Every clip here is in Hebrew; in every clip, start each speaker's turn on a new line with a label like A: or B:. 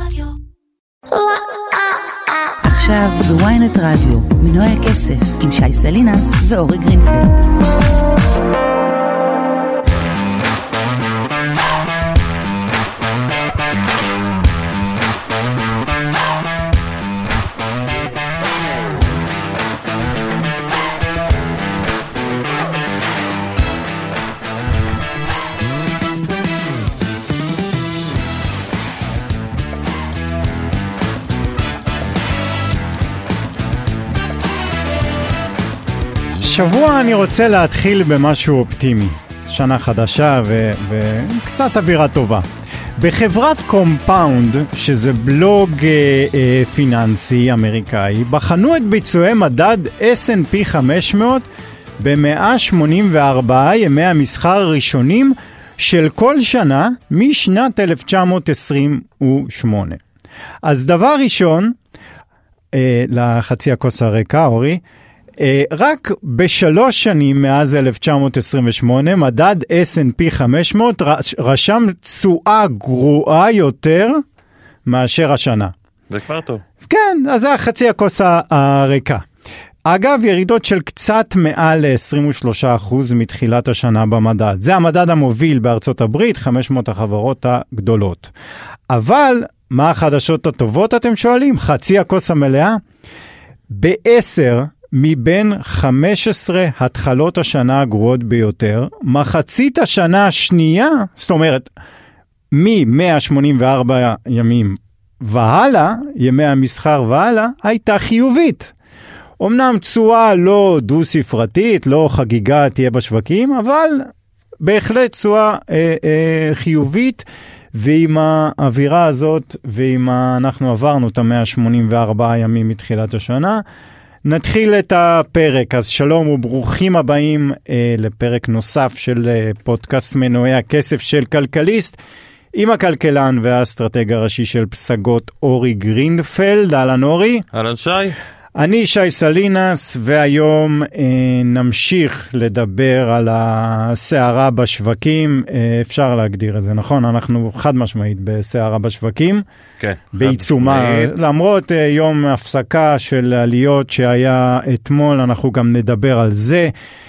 A: עכשיו בוויינט רדיו, מנועי הכסף עם שי סלינס ואורי גרינפלד.
B: שבוע אני רוצה להתחיל במשהו אופטימי, שנה חדשה וקצת אווירה טובה. בחברת קומפאונד, שזה בלוג פיננסי אמריקאי, בחנו את ביצועי מדד S&P 500 ב-184 ימי המסחר הראשונים של כל שנה משנת 1928. אז דבר ראשון, לחצי הכוס הריקה, אורי, רק בשלוש שנים מאז 1928 מדד S&P 500 רשם תשואה גרועה יותר מאשר השנה.
C: זה כבר טוב.
B: כן, אז זה החצי הכוס הריקה. אגב, ירידות של קצת מעל 23% מתחילת השנה במדד. זה המדד המוביל בארצות הברית, 500 החברות הגדולות. אבל מה החדשות הטובות אתם שואלים? חצי הכוס המלאה? ב-10 מבין 15 התחלות השנה הגרועות ביותר, מחצית השנה השנייה, זאת אומרת, מ-184 ימים והלאה, ימי המסחר והלאה, הייתה חיובית. אמנם תשואה לא דו-ספרתית, לא חגיגה תהיה בשווקים, אבל בהחלט תשואה חיובית, ועם האווירה הזאת, ועם אנחנו עברנו את ה-184 ימים מתחילת השנה, נתחיל את הפרק. אז שלום וברוכים הבאים לפרק נוסף של פודקאסט מנועי הכסף של כלכליסט, עם הכלכלן והאסטרטג הראשי של פסגות אורי גרינפלד. אהלן אורי.
C: אהלן שי.
B: אני שי סלינס, והיום נמשיך לדבר על הסערה בשווקים. אפשר להגדיר את זה, נכון? אנחנו חד משמעית בסערה בשווקים.
C: כן.
B: בעיצומה, למרות יום הפסקה של עליות שהיה אתמול, אנחנו גם נדבר על זה.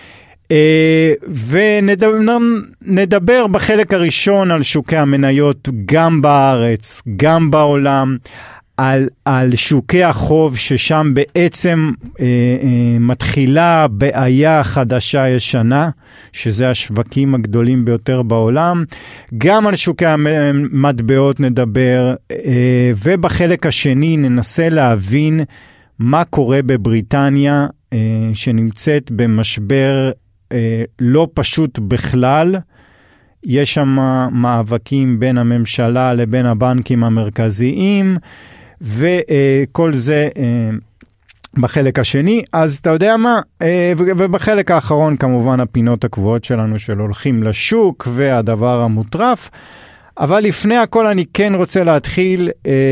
B: ונדבר בחלק הראשון על שוקי המניות, גם בארץ, גם בעולם, על שוקי החוב, ששם בעצם מתחילה בעיה חדשה ישנה, שזה השווקים הגדולים ביותר בעולם. גם על שוקי המטבעות נדבר, ובחלק השני ננסה להבין מה קורה בבריטניה, שנמצאת במשבר לא פשוט בכלל. יש שם מאבקים בין הממשלה לבין הבנקים המרכזיים, וכל זה בחלק השני. אז אתה יודע מה, ובחלק האחרון כמובן הפינות הקבועות שלנו של הולכים לשוק והדבר המוטרף. אבל לפני הכל אני כן רוצה להתחיל,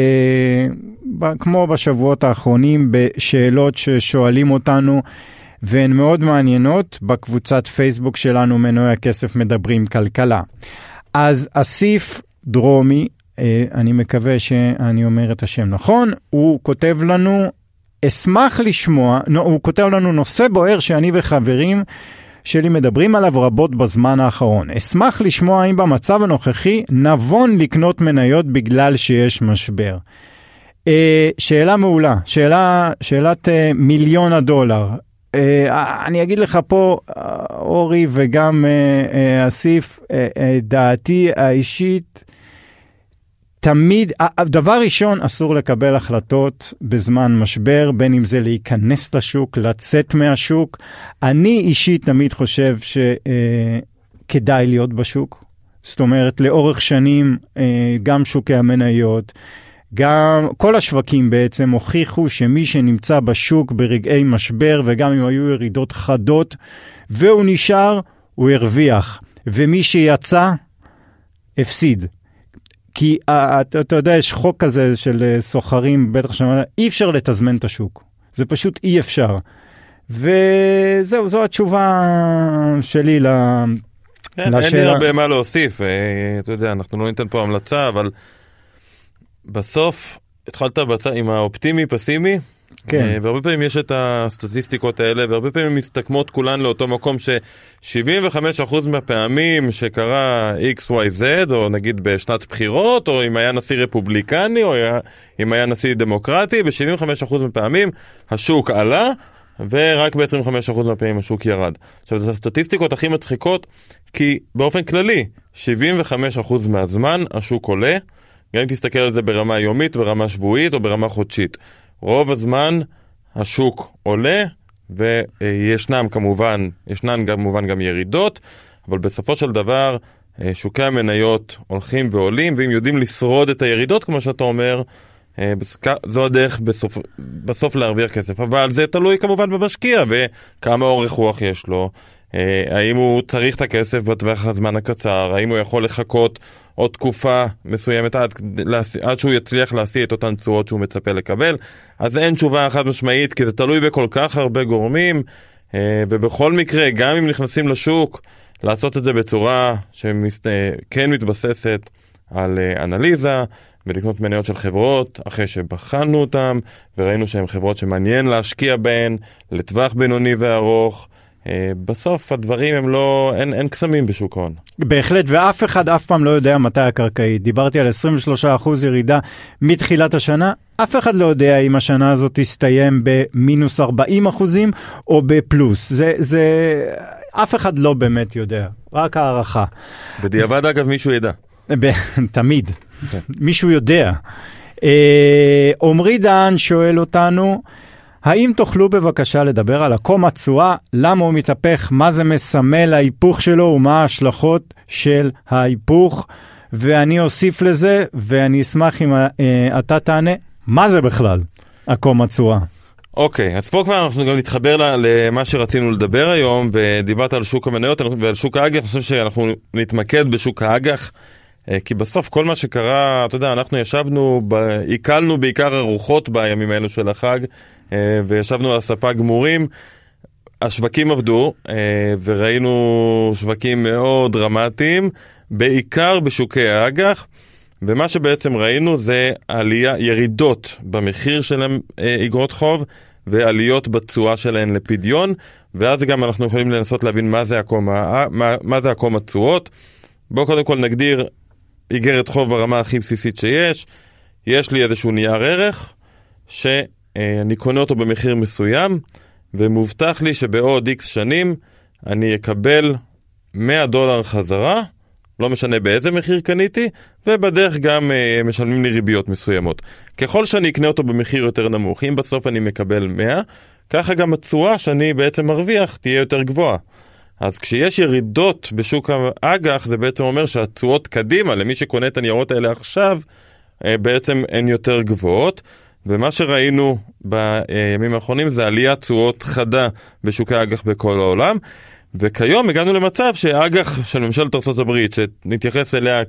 B: כמו בשבועות האחרונים, בשאלות ששואלים אותנו, והן מאוד מעניינות, בקבוצת פייסבוק שלנו מנועי הכסף מדברים כלכלה. אז אסיף דרומי, אני מקווה שאני אומר את השם נכון, הוא כותב לנו, אשמח לשמוע, הוא כותב לנו נושא בוער שאני וחברים שלי מדברים עליו רבות בזמן האחרון. אשמח לשמוע האם במצב הנוכחי נבון לקנות מניות בגלל שיש משבר. שאלה מעולה, שאלת $1,000,000. אני אגיד לך פה, אורי וגם אסיף, דעתי האישית, תמיד, דבר ראשון, אסור לקבל החלטות בזמן משבר, בין אם זה להיכנס לשוק, לצאת מהשוק. אני אישית תמיד חושב שכדאי להיות בשוק. זאת אומרת, לאורך שנים, גם שוקי המניות, גם כל השווקים בעצם הוכיחו שמי שנמצא בשוק ברגעי משבר, וגם אם היו ירידות חדות, והוא נשאר, הוא הרוויח. ומי שיצא, הפסיד. כי אתה יודע, יש חוק כזה של סוחרים, בטח שאומר, אי אפשר לתזמן את השוק. זה פשוט אי אפשר. וזהו, זו התשובה שלי לשאלה.
C: אין לי הרבה מה להוסיף. אתה יודע, אנחנו לא ניתן פה המלצה, אבל בסוף התחלת עם האופטימי פסימי,
B: כן.
C: והרבה פעמים יש את הסטטיסטיקות האלה, והרבה פעמים מסתכמות כולן לאותו מקום ש-75% מהפעמים שקרה XYZ, או נגיד בשנת בחירות, או אם היה נשיא רפובליקני, או אם היה נשיא דמוקרטי, ב-75% מהפעמים השוק עלה, ורק ב-25% מהפעמים השוק ירד. עכשיו, זה הסטטיסטיקות הכי מצחיקות, כי באופן כללי, 75% מהזמן השוק עולה, גם אם תסתכל על זה ברמה יומית, ברמה שבועית או ברמה חודשית. רוב הזמן השוק עולה, וישנן כמובן גם ירידות, אבל בסופו של דבר שוקי המניות הולכים ועולים, ואם יודעים לשרוד את הירידות, כמו שאתה אומר, זו הדרך בסוף להרוויח כסף. אבל זה תלוי כמובן במשקיע, וכמה אורך רוח יש לו, האם הוא צריך את הכסף בטווח הזמן הקצר, האם הוא יכול לחכות עוד תקופה מסוימת עד שהוא יצליח להשיא את אותן תשואות שהוא מצפה לקבל. אז אין תשובה חד משמעית, כי זה תלוי בכל כך הרבה גורמים, ובכל מקרה, גם אם נכנסים לשוק, לעשות את זה בצורה שכן מתבססת על אנליזה, ולקנות מניות של חברות, אחרי שבחנו אותם, וראינו שהן חברות שמעניין להשקיע בהן, לטווח בינוני וארוך. בסוף הדברים הם לא, אין קסמים בשוק ההון.
B: בהחלט, ואף אחד אף פעם לא יודע מתי הקרקעית. דיברתי על 23% ירידה מתחילת השנה, אף אחד לא יודע אם השנה הזאת תסתיים במינוס 40% או בפלוס. אף אחד לא באמת יודע, רק הערכה.
C: בדיעבד אגב מישהו ידע.
B: תמיד, מישהו יודע. עומרי דהן שואל אותנו, האם תוכלו בבקשה לדבר על עקום התשואה, למה הוא מתהפך, מה זה מסמל ההיפוך שלו ומה ההשלכות של ההיפוך, ואני אוסיף לזה, ואני אשמח אם אתה תענה, מה זה בכלל עקום התשואה?
C: אוקיי, אז פה כבר אנחנו גם נתחבר למה שרצינו לדבר היום, ודיברת על שוק המניות ועל שוק האג"ח. אני חושב שאנחנו נתמקד בשוק האג"ח, כי בסוף כל מה שקרה, אתה יודע, אנחנו ישבנו, עיכלנו בעיקר הרוחות בימים האלו של החג, וישבנו על הספה גמורים. השווקים עבדו, וראינו שווקים מאוד דרמטיים, בעיקר בשוקי האג"ח, ומה שבעצם ראינו זה ירידות במחיר של אגרות חוב, ועליות בתשואה שלהן לפדיון, ואז גם אנחנו יכולים לנסות להבין מה זה עקום התשואות. בואו קודם כל נגדיר איגרת חוב ברמה הכי בסיסית שיש. יש לי איזשהו נייר ערך, שאני קונה אותו במחיר מסוים, ומובטח לי שבעוד X שנים אני אקבל $100 חזרה, לא משנה באיזה מחיר קניתי, ובדרך גם משלמים לי ריביות מסוימות. ככל שאני אקנה אותו במחיר יותר נמוך, אם בסוף אני מקבל 100, ככה גם התשואה שאני בעצם מרוויח תהיה יותר גבוהה. אז כשיש ירידות בשוק האג"ח, זה בעצם אומר שהתשואות קדימה, למי שקונה את הניירות האלה עכשיו, בעצם הן יותר גבוהות, ומה שראינו בימים האחרונים זה עליית תשואות חדה בשוק האג"ח בכל העולם, וכיום הגענו למצב שהאג"ח של ממשלת ארצות הברית, שנתייחס אליה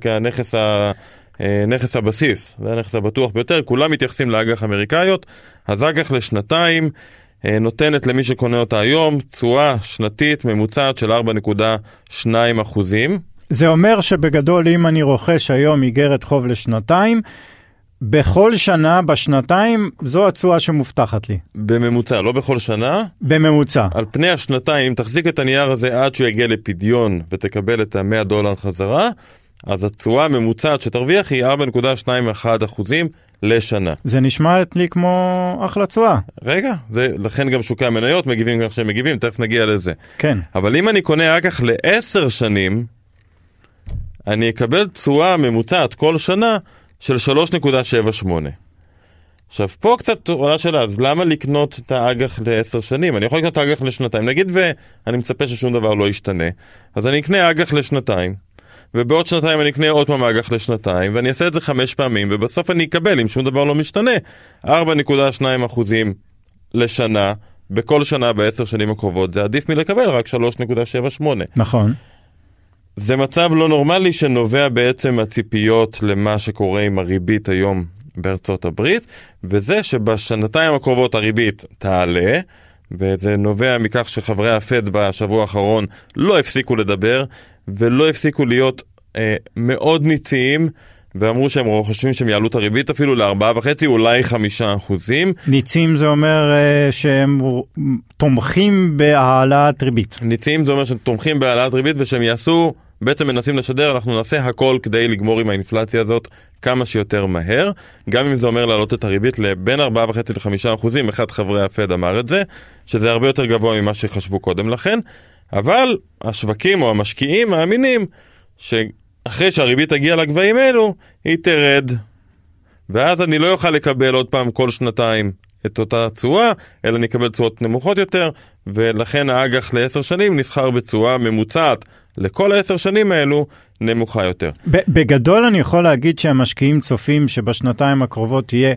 C: כנכס הבסיס, זה הנכס הבטוח ביותר, כולם מתייחסים לאג"ח אמריקאיות, אז אג"ח לשנתיים נותנת למי שקונה אותה היום תשואה שנתית ממוצעת של 4.2%.
B: זה אומר שבגדול אם אני רוכש היום איגרת חוב לשנתיים, בכל שנה בשנתיים זו התשואה שמובטחת לי.
C: בממוצע, לא בכל שנה.
B: בממוצע.
C: על פני השנתיים, תחזיק את הנייר הזה עד שהוא יגיע לפדיון ותקבל את $100 חזרה, אז התשואה הממוצעת שתרוויח היא 4.21% לשנה. זה
B: נשמע לי כמו אחלה תשואה.
C: רגע, לכן גם שוקי המניות מגיבים כך שהם מגיבים, תכף נגיע לזה.
B: כן.
C: אבל אם אני קונה אג"ח ל10 שנים, אני אקבל תשואה ממוצעת כל שנה של 3.78. עכשיו, פה קצת עולה שאלה, אז למה לקנות את האג"ח ל10 שנים? אני יכול לקנות את האג"ח לשנתיים. נגיד ואני מצפה ששום דבר לא ישתנה, אז אני אקנה אג"ח לשנתיים, ובעוד שנתיים אני אקנה עוד פעם אג"ח לשנתיים, ואני אעשה את זה 5 פעמים, ובסוף אני אקבל, אם שום דבר לא משתנה, 4.2% לשנה, בכל שנה ב10 שנים הקרובות. זה עדיף מלקבל רק 3.78.
B: נכון.
C: זה מצב לא נורמלי שנובע בעצם הציפיות למה שקורה עם הריבית היום בארצות הברית, וזה שבשנתיים הקרובות הריבית תעלה, וזה נובע מכך שחברי הפד בשבוע האחרון לא הפסיקו לדבר, ולא הפסיקו להיות מאוד ניציים, ואמרו שהם חושבים שהם יעלו את הריבית אפילו ל4.5%, אולי 5%.
B: ניצים זה אומר שהם תומכים בהעלאת ריבית.
C: ניצים זה אומר שהם תומכים בהעלאת ריבית ושהם יעשו, בעצם מנסים לשדר, אנחנו נעשה הכל כדי לגמור עם האינפלציה הזאת כמה שיותר מהר, גם אם זה אומר להעלות את הריבית לבין 4.5% ל5%, אחד חברי הפד אמר את זה, שזה הרבה יותר גבוה ממה שחשבו קודם לכן, אבל השווקים או המשקיעים מאמינים שאחרי שהריבית תגיע לגבהים אלו, היא תרד, ואז אני לא יוכל לקבל עוד פעם כל שנתיים את אותה תשואה, אלא נקבל תשואות נמוכות יותר, ולכן האג"ח ל10 שנים נסחר בתשואה ממוצעת לכל 10 שנים האלו נמוכה יותר.
B: בגדול אני יכול להגיד שהמשקיעים צופים שבשנתיים הקרובות תהיה,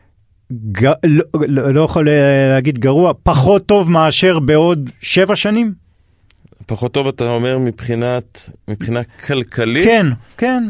B: לא יכול להגיד גרוע, פחות טוב מאשר בעוד 7 שנים?
C: פחות טוב אתה אומר מבחינה כלכלית?
B: כן, כן.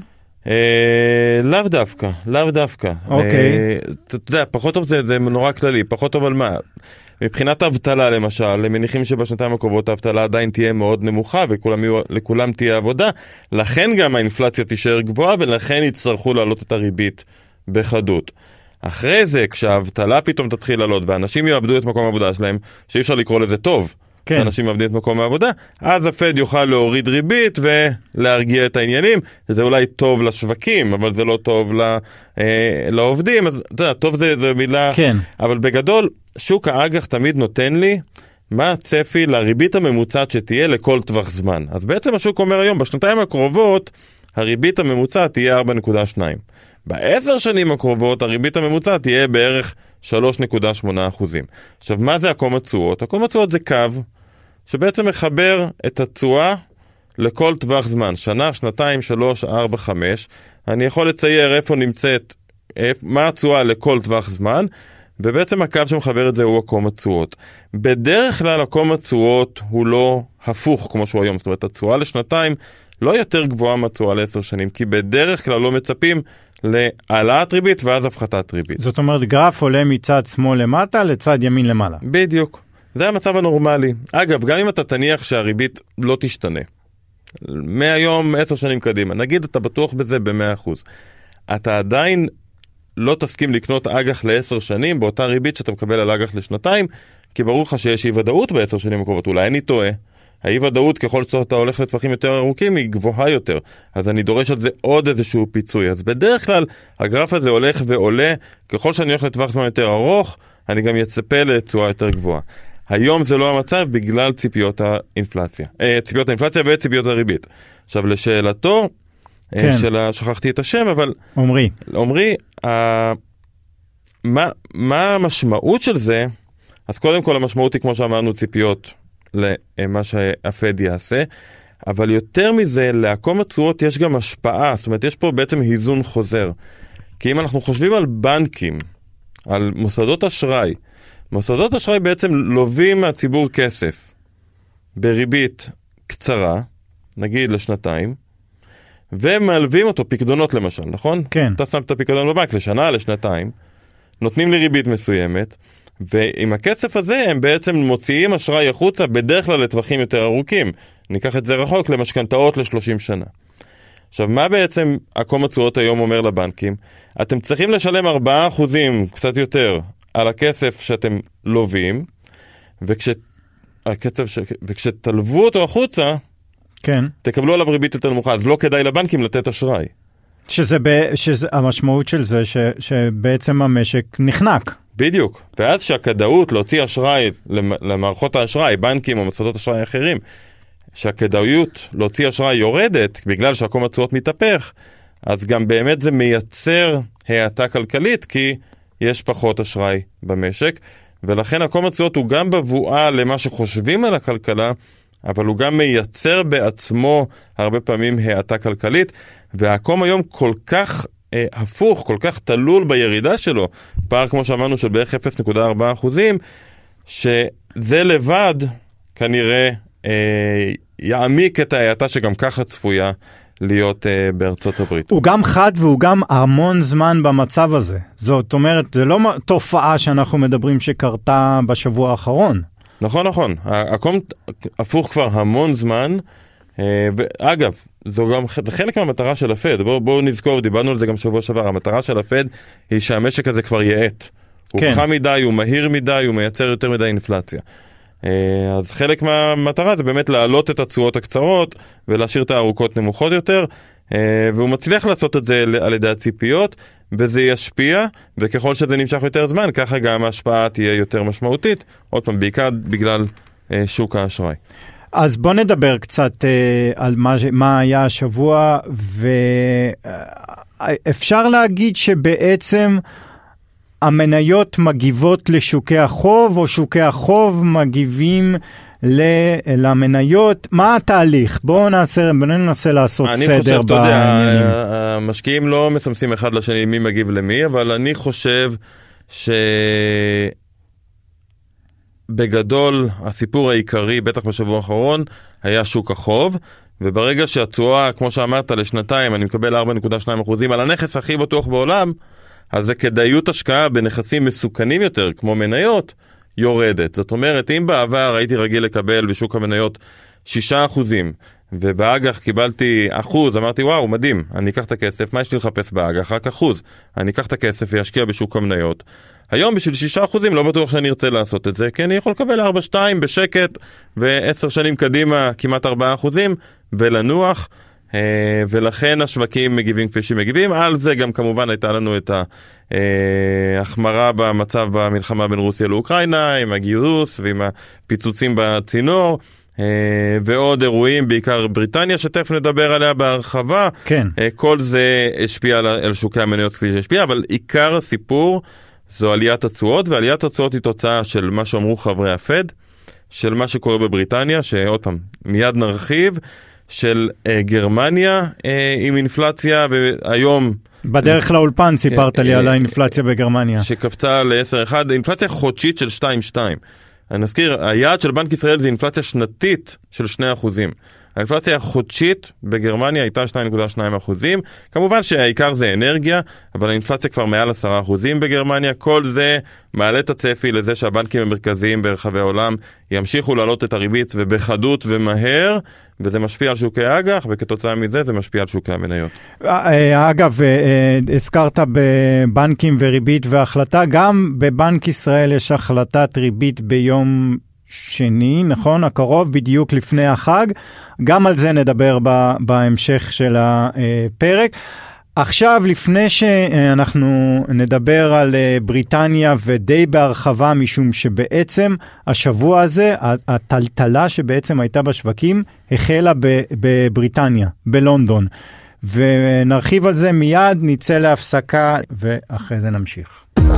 C: לאו דווקא.
B: אוקיי.
C: אתה יודע, פחות טוב זה נורא כללי, פחות טוב על מה? מבחינת האבטלה למשל, הם מניחים שבשנתיים הקרובות האבטלה עדיין תהיה מאוד נמוכה ולכולם תהיה עבודה, לכן גם האינפלציה תישאר גבוהה ולכן יצטרכו להעלות את הריבית בחדות. אחרי זה, כשהאבטלה פתאום תתחיל לעלות ואנשים יאבדו את מקום העבודה שלהם, שאי אפשר לקרוא לזה טוב, כן. שאנשים מאבדים את מקום העבודה, אז הפד יוכל להוריד ריבית ולהרגיע את העניינים. זה אולי טוב לשווקים, אבל זה לא טוב לעובדים. אז אתה יודע, טוב זה מילה,
B: כן.
C: אבל בגדול, שוק האג"ח תמיד נותן לי מה הצפי לריבית הממוצעת שתהיה לכל טווח זמן. אז בעצם השוק אומר היום, בשנתיים הקרובות, הריבית הממוצעת תהיה 4.2. ב10 שנים הקרובות, הריבית הממוצעת תהיה בערך 3.8%. עכשיו, מה זה עקום התשואות? עקום התשואות זה קו שבעצם מחבר את התשואה לכל טווח זמן. שנה, שנתיים, 3, 4, 5. אני יכול לצייר איפה נמצאת, מה התשואה לכל טווח זמן, ובעצם הקו שמחבר את זה הוא עקום התשואות. בדרך כלל עקום התשואות הוא לא הפוך כמו שהוא היום. זאת אומרת, התשואה לשנתיים לא יותר גבוהה מהתשואה ל10 שנים, כי בדרך כלל לא מצפים להעלאת ריבית ואז הפחתת ריבית.
B: זאת אומרת, גרף עולה מצד שמאל למטה לצד ימין למעלה.
C: בדיוק. זה המצב הנורמלי. אגב, גם אם אתה תניח שהריבית לא תשתנה, מהיום 10 שנים קדימה, נגיד אתה בטוח בזה ב100%, אתה עדיין לא תסכים לקנות אג"ח ל10 שנים באותה ריבית שאתה מקבל על אג"ח לשנתיים, כי ברור לך שיש אי ודאות ב10 שנים הקרובות. אולי אני טועה. האי ודאות ככל שאתה הולך לטווחים יותר ארוכים היא גבוהה יותר, אז אני דורש על זה עוד איזשהו פיצוי. אז בדרך כלל הגרף הזה הולך ועולה, ככל שאני הולך לטווח זמן יותר ארוך, אני גם יצפה לתשואה יותר גבוהה. היום זה לא המצב בגלל ציפיות האינפלציה וציפיות הריבית. עכשיו לשאלתו,
B: כן.
C: שכחתי את השם, אבל
B: עומרי,
C: מה המשמעות של זה? אז קודם כל המשמעות היא כמו שאמרנו ציפיות למה שהפד יעשה, אבל יותר מזה, לעקום התשואות יש גם השפעה, זאת אומרת, יש פה בעצם היזון חוזר. כי אם אנחנו חושבים על בנקים, על מוסדות אשראי, מוסדות אשראי בעצם לובים מהציבור כסף בריבית קצרה, נגיד לשנתיים, ומלווים אותו, פיקדונות למשל, נכון?
B: כן.
C: אתה שם את הפיקדון בבנק לשנה, לשנתיים, נותנים לי ריבית מסוימת, ועם הכסף הזה הם בעצם מוציאים אשראי החוצה בדרך כלל לטווחים יותר ארוכים. ניקח את זה רחוק למשכנתאות ל30 שנה. עכשיו, מה בעצם עקום התשואות היום אומר לבנקים? אתם צריכים לשלם 4%, קצת יותר, על הכסף שאתם לובים, וכשתלוו אותו החוצה,
B: כן.
C: תקבלו עליו ריבית יותר נמוכה, אז לא כדאי לבנקים לתת אשראי.
B: שזה המשמעות של זה שבעצם המשק נחנק.
C: בדיוק, ואז שהכדאות להוציא אשראי למערכות האשראי, בנקים או מוסדות אשראי אחרים, שהכדאיות להוציא אשראי יורדת בגלל שעקום התשואות מתהפך, אז גם באמת זה מייצר האטה כלכלית, כי יש פחות אשראי במשק, ולכן עקום התשואות הוא גם בבואה למה שחושבים על הכלכלה, אבל הוא גם מייצר בעצמו הרבה פעמים האטה כלכלית, והעקום היום כל כך הפוך, כל כך תלול בירידה שלו, פער כמו שאמרנו של בערך 0.4%, שזה לבד כנראה יעמיק את ההאטה שגם ככה צפויה להיות בארצות הברית.
B: הוא גם חד והוא גם המון זמן במצב הזה. זאת אומרת, זה לא תופעה שאנחנו מדברים שקרתה בשבוע האחרון.
C: נכון. העקום הפוך כבר המון זמן, ואגב, זה חלק מהמטרה של הפד. בואו נזכור, דיברנו על זה גם שבוע שעבר, המטרה של הפד היא שהמשק הזה כבר יעט. הוא חם מדי, הוא מהיר מדי, הוא מייצר יותר מדי אינפלציה. אז חלק מהמטרה זה באמת להעלות את התשואות הקצרות ולהשאיר את הארוכות נמוכות יותר, והוא מצליח לעשות את זה על ידי הציפיות, וזה ישפיע, וככל שזה נמשך יותר זמן, ככה גם ההשפעה תהיה יותר משמעותית, עוד פעם, בעיקר בגלל שוק האשראי.
B: אז בוא נדבר קצת על מה היה השבוע, ואפשר להגיד שבעצם המניות מגיבות לשוקי החוב, או שוקי החוב מגיבים למניות. מה התהליך? בואו ננסה לעשות סדר בעניינים. אני חושב, אתה יודע,
C: המשקיעים לא מסמסים אחד לשני מי מגיב למי, אבל אני חושב שבגדול הסיפור העיקרי, בטח בשבוע האחרון, היה שוק החוב, וברגע שהתשואה, כמו שאמרת, לשנתיים, אני מקבל 4.2% על הנכס הכי בטוח בעולם, אז זה כדאיות השקעה בנכסים מסוכנים יותר, כמו מניות, יורדת. זאת אומרת, אם בעבר הייתי רגיל לקבל בשוק המניות 6%, ובאג"ח קיבלתי 1%, אמרתי, וואו, מדהים, אני אקח את הכסף, מה יש לי לחפש באג"ח? רק 1%. אני אקח את הכסף וישקיע בשוק המניות. היום בשביל 6% לא בטוח שאני ארצה לעשות את זה, כי אני יכול לקבל 4-2 בשקט, ו10 שנים קדימה כמעט 4%, ולנוח, ולכן השווקים מגיבים כפי שמגיבים. על זה גם כמובן הייתה לנו את ההחמרה במצב במלחמה בין רוסיה לאוקראינה, עם הגירוס ועם הפיצוצים בצינור, ועוד אירועים, בעיקר בריטניה, שתכף נדבר עליה בהרחבה.
B: כן.
C: כל זה השפיע על שוקי המניות כפי שהשפיע, אבל עיקר הסיפור זו עליית התשואות, ועליית התשואות היא תוצאה של מה שאמרו חברי הפד, של מה שקורה בבריטניה, שעוד פעם, מיד נרחיב, של גרמניה עם אינפלציה, והיום...
B: בדרך לאולפן סיפרת לי על האינפלציה בגרמניה.
C: שקפצה ל-10.1, אינפלציה חודשית של 2.2. אני נזכיר, היעד של בנק ישראל זה אינפלציה שנתית של 2%. האינפלציה החודשית בגרמניה הייתה 2.2%. כמובן שהעיקר זה אנרגיה, אבל האינפלציה כבר מעל 10% בגרמניה. כל זה מעלה את הצפי לזה שהבנקים המרכזיים ברחבי העולם ימשיכו לעלות את הריבית ובחדות ומהר, וזה משפיע על שוקי האג"ח, וכתוצאה מזה זה משפיע על שוקי המניות.
B: אגב, הזכרת בבנקים וריבית והחלטה, גם בבנק ישראל יש החלטת ריבית ביום שני, נכון? הקרוב, בדיוק לפני החג. גם על זה נדבר בהמשך של הפרק. עכשיו, לפני שאנחנו נדבר על בריטניה ודי בהרחבה, משום שבעצם השבוע הזה, הטלטלה שבעצם הייתה בשווקים, החלה בבריטניה, בלונדון. ונרחיב על זה מיד, נצא להפסקה, ואחרי זה נמשיך.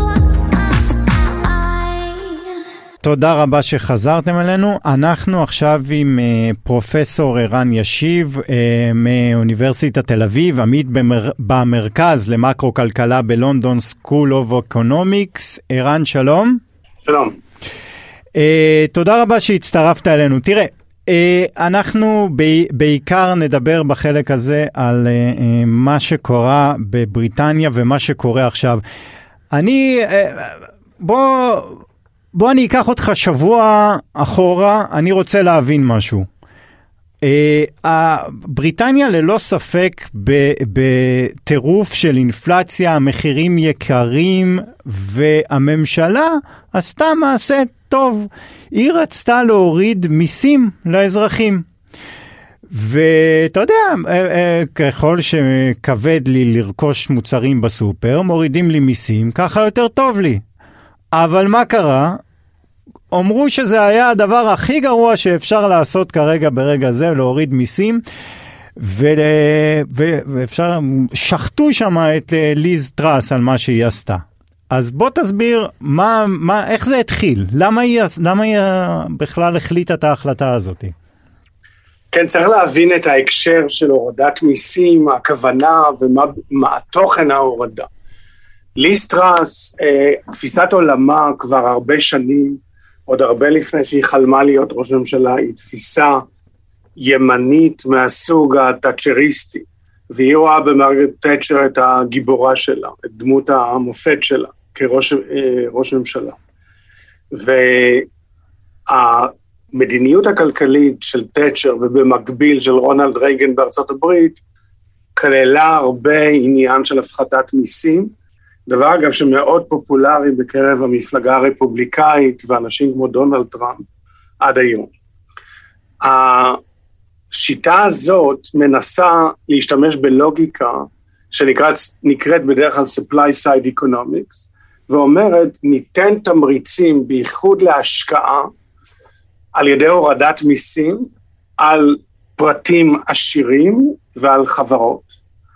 B: תודה רבה שחזרתם אלינו. אנחנו עכשיו עם פרופסור ערן ישיב מאוניברסיטת תל אביב, עמית במרכז למקרו-כלכלה בלונדון School of Economics. ערן, שלום.
D: שלום.
B: תודה רבה שהצטרפת אלינו. תראה, אנחנו בעיקר נדבר בחלק הזה על מה שקורה בבריטניה ומה שקורה עכשיו. בוא אני אקח אותך שבוע אחורה, אני רוצה להבין משהו. בריטניה ללא ספק בטירוף של אינפלציה, מחירים יקרים, והממשלה עשתה מעשה טוב. היא רצתה להוריד מיסים לאזרחים. ואתה יודע, ככל שכבד לי לרכוש מוצרים בסופר, מורידים לי מיסים, ככה יותר טוב לי. אבל מה קרה? אמרו שזה היה הדבר הכי גרוע שאפשר לעשות כרגע ברגע זה, להוריד מיסים, ואפשר, שחטו שם את ליז טראס על מה שהיא עשתה. אז בוא תסביר איך זה התחיל, למה היא בכלל החליטה את ההחלטה הזאת?
D: כן, צריך להבין את ההקשר של הורדת מיסים, הכוונה ומה תוכן ההורדה. ליז טראס, תפיסת עולמה כבר הרבה שנים, עוד הרבה לפני שהיא חלמה להיות ראש ממשלה, היא תפיסה ימנית מהסוג התאצ'ריסטי, והיא רואה במרגרט תאצ'ר את הגיבורה שלה, את דמות המופת שלה כראש ממשלה. המדיניות הכלכלית של תאצ'ר ובמקביל של רונלד רייגן בארצות הברית, כללה הרבה עניין של הפחתת מיסים, דבר אגב שמאוד פופולרי בקרב המפלגה הרפובליקאית ואנשים כמו דונלד טראמפ עד היום. השיטה הזאת מנסה להשתמש בלוגיקה שנקראת בדרך כלל supply side economics, ואומרת ניתן תמריצים בייחוד להשקעה על ידי הורדת מיסים על פרטים עשירים ועל חברות.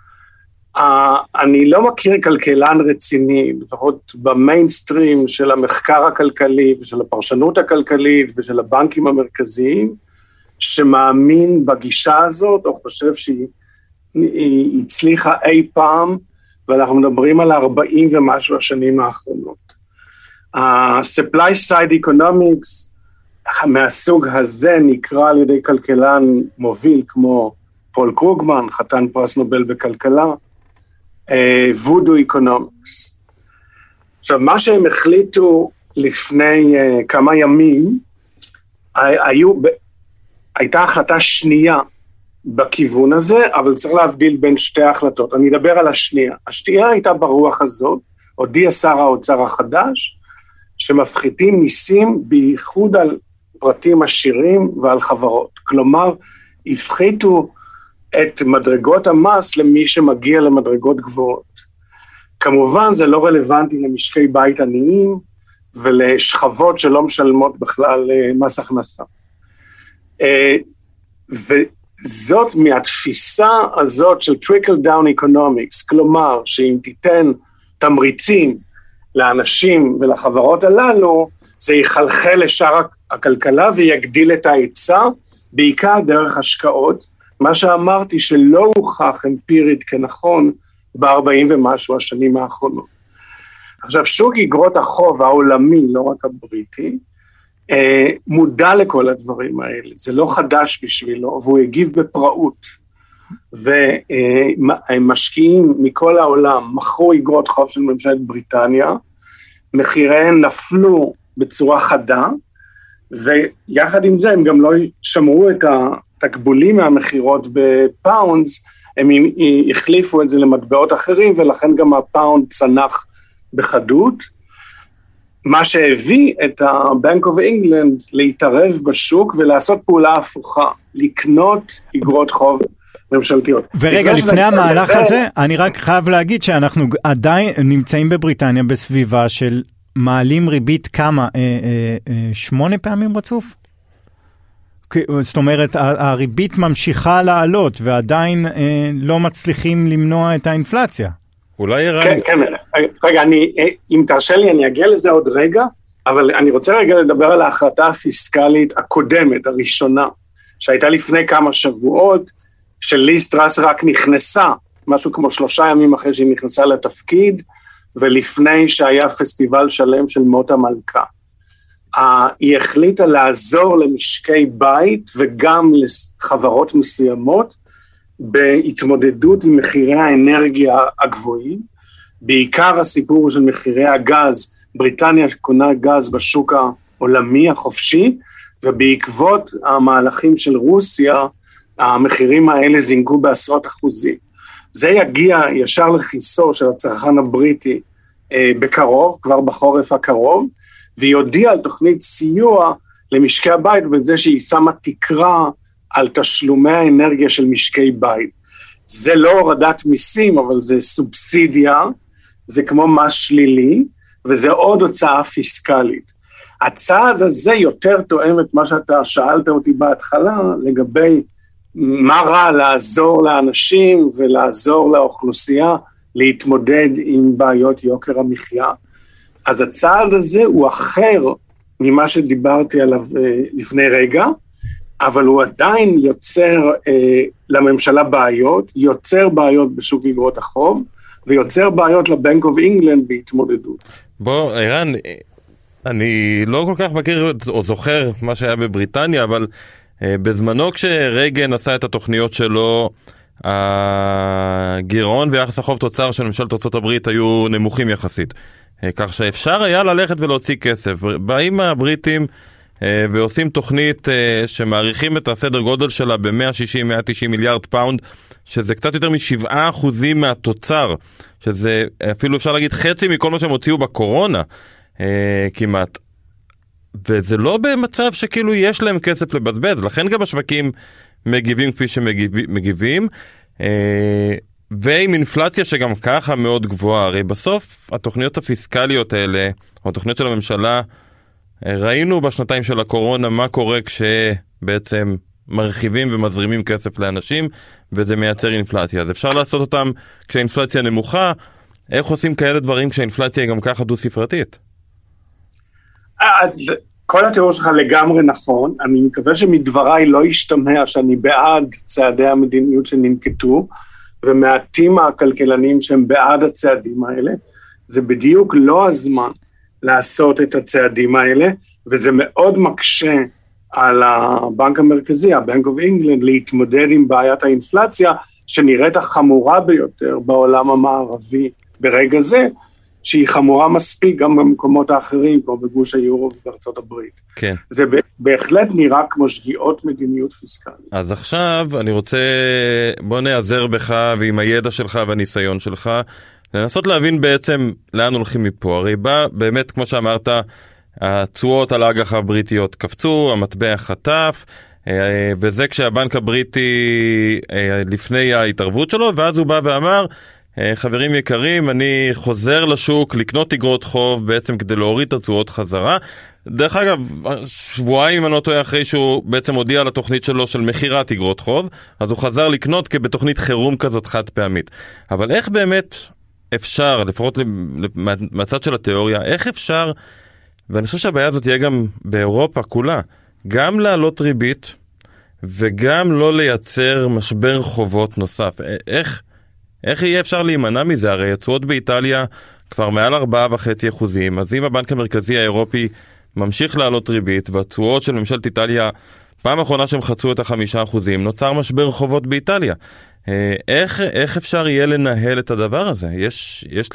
D: אני לא מכיר כלכלן רציני, לפחות במיינסטרים של המחקר הכלכלי ושל הפרשנות הכלכלית ושל הבנקים המרכזיים, שמאמין בגישה הזאת או חושב שהיא הצליחה אי פעם, ואנחנו מדברים על 40 ומשהו השנים האחרונות. ה-supply side economics מהסוג הזה נקרא על ידי כלכלן מוביל כמו פול קרוגמן, חתן פרס נובל בכלכלה, וודו איקונומיקס. עכשיו, מה שהם החליטו לפני כמה ימים, הייתה החלטה שנייה בכיוון הזה, אבל צריך להבדיל בין שתי ההחלטות. אני אדבר על השנייה. השנייה הייתה ברוח הזאת, הודיע שר האוצר החדש, שמפחיתים מיסים בייחוד על פרטים עשירים ועל חברות. כלומר, הפחיתו את מדרגות המס למי שמגיע למדרגות גבוהות. כמובן, זה לא רלוונטי למשקי בית עניים, ולשכבות שלא משלמות בכלל מס הכנסה. וזאת מהתפיסה הזאת של trickle down economics, כלומר, שאם תיתן תמריצים לאנשים ולחברות הללו, זה יחלחל לשאר הכלכלה ויגדיל את ההיצע, בעיקר דרך השקעות, מה שאמרתי שלא הוכח אמפירית כנכון ב-40 ומשהו השנים האחרונות. עכשיו, שוק אגרות החוב העולמי, לא רק הבריטי, מודע לכל הדברים האלה, זה לא חדש בשבילו, והוא הגיב בפראות, ומשקיעים מכל העולם מכרו אגרות חוב של ממשלת בריטניה, מחיריהן נפלו בצורה חדה, ויחד עם זה הם גם לא שמרו את התקבולים מהמחירות בפאונדס, הם החליפו את זה למטבעות אחרים, ולכן גם הפאונד צנח בחדות, מה שהביא את ה-Bank of England להתערב בשוק ולעשות פעולה הפוכה, לקנות אגרות חוב ממשלתיות.
B: ורגע, לפני המהלך הזה, אני רק חייב להגיד שאנחנו עדיין נמצאים בבריטניה בסביבה של מעלים ריבית כמה? 8 פעמים רצוף? זאת אומרת, הריבית ממשיכה לעלות, ועדיין לא מצליחים למנוע את האינפלציה.
C: אולי
D: כן, כן, רגע, אם תרשה לי, אני אגיע לזה עוד רגע, אבל אני רוצה רגע לדבר על ההחלטה הפיסקלית הקודמת, הראשונה, שהייתה לפני כמה שבועות, של ליז טראס רק נכנסה, משהו כמו 3 ימים אחרי שהיא נכנסה לתפקיד, ולפני שהיה פסטיבל שלם של מות המלכה. היא החליטה לעזור למשקי בית, וגם לחברות מסוימות, בהתמודדות עם מחירי האנרגיה הגבוהים, בעיקר הסיפור של מחירי הגז, בריטניה קונה גז בשוק העולמי החופשי, ובעקבות המהלכים של רוסיה, המחירים האלה זינקו בעשרות אחוזים. זה יגיע ישר לכיסו של הצרכן הבריטי בקרוב, כבר בחורף הקרוב, והיא הודיעה על תוכנית סיוע למשקי הבית, בזה שהיא שמה תקרה על תשלומי האנרגיה של משקי בית. זה לא הורדת מיסים, אבל זה סובסידיה, זה כמו מס שלילי, וזה עוד הוצאה פיסקלית. הצעד הזה יותר תואם את מה שאתה שאלת אותי בהתחלה, לגבי מה רע לעזור לאנשים ולעזור לאוכלוסייה להתמודד עם בעיות יוקר המחיה. אז הצעד הזה הוא אחר ממה שדיברתי עליו לפני רגע, אבל הוא עדיין יוצר לממשלה בעיות, יוצר בעיות בשוק אגרות החוב, ויוצר בעיות לבנק אוף אינגלנד בהתמודדות.
C: בוא, ערן, אני לא כל כך מכיר או זוכר מה שהיה בבריטניה, אבל בזמנו כשרייגן עשה את התוכניות שלו, הגירעון ויחס החוב תוצר של ממשלת ארצות הברית היו נמוכים יחסית. כך שאפשר היה ללכת ולהוציא כסף. באים הבריטים ועושים תוכנית שמעריכים את הסדר גודל שלה ב-160-190 מיליארד פאונד, שזה קצת יותר מ7% מהתוצר, שזה אפילו אפשר להגיד חצי מכל מה שהם הוציאו בקורונה כמעט. וזה לא במצב שכאילו יש להם כסף לבזבז, לכן גם השווקים מגיבים כפי שמגיבים, ועם אינפלציה שגם ככה מאוד גבוהה. הרי בסוף התוכניות הפיסקליות האלה, או התוכניות של הממשלה, ראינו בשנתיים של הקורונה מה קורה כשבעצם מרחיבים ומזרימים כסף לאנשים, וזה מייצר אינפלציה. אז אפשר לעשות אותם כשהאינפלציה נמוכה. איך עושים כאלה דברים כשהאינפלציה היא גם ככה דו-ספרתית?
D: כל התיאור שלך לגמרי נכון. אני מקווה שמדבריי לא ישתמע שאני בעד צעדי המדיניות שננקטו, ומעטים הכלכלנים שהם בעד הצעדים האלה. זה בדיוק לא הזמן לעשות את הצעדים האלה, וזה מאוד מקשה על הבנק המרכזי, הבנק אוף אינגלנד, להתמודד עם בעיית האינפלציה, שנראית החמורה ביותר בעולם המערבי ברגע זה, שהיא חמורה מספיק גם במקומות האחרים, כמו בגוש היורו ובארצות הברית.
C: כן.
D: זה בהחלט נראה כמו שגיאות מדיניות פיסקלית.
C: אז עכשיו אני רוצה, בוא נעזר בך ועם הידע שלך והניסיון שלך, לנסות להבין בעצם לאן הולכים מפה. הרי בא באמת, כמו שאמרת, התשואות על האג"ח הבריטיות קפצו, המטבע חטף, וזה כשהבנק הבריטי לפני ההתערבות שלו, ואז הוא בא ואמר, חברים יקרים, אני חוזר לשוק לקנות אגרות חוב בעצם כדי להוריד את התשואות חזרה. דרך אגב, שבועיים אני לא טועה אחרי שהוא בעצם הודיע על התוכנית שלו של מחירת אגרות חוב, אז הוא חזר לקנות כבתוכנית חירום כזאת חד פעמית. אבל איך באמת אפשר, לפחות מהצד של התיאוריה, איך אפשר, ואני חושב שהבעיה הזאת תהיה גם באירופה כולה, גם לעלות ריבית וגם לא לייצר משבר חובות נוסף. איך יהיה אפשר להימנע מזה? הרי התשואות באיטליה כבר מעל 4.5%, אז אם הבנק המרכזי האירופי ממשיך לעלות ריבית, והתשואות של ממשלת איטליה, פעם האחרונה שהם חצו את 5%, נוצר משבר חובות באיטליה. איך אפשר יהיה לנהל את הדבר הזה? יש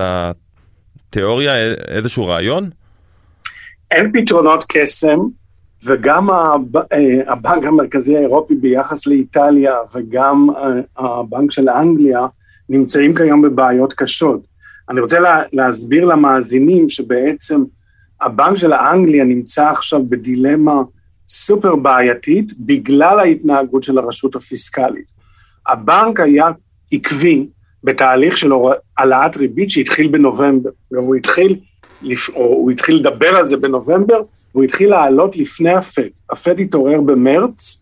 C: לתיאוריה איזשהו רעיון?
D: אין פתרונות קסם, וגם הבנק המרכזי האירופי ביחס לאיטליה, וגם הבנק של אנגליה, נמצאים כיום בבעיות קשות. אני רוצה להסביר למאזינים שבעצם הבנק של אנגליה נמצא עכשיו בדילמה סופר בעייתית, בגלל ההתנהגות של הרשות הפיסקלית. הבנק היה עקבי בתהליך של העלאת ריבית שהתחיל בנובמבר, הוא התחיל לדבר על זה בנובמבר, והוא התחיל לעלות לפני הפד. הפד התעורר במרץ,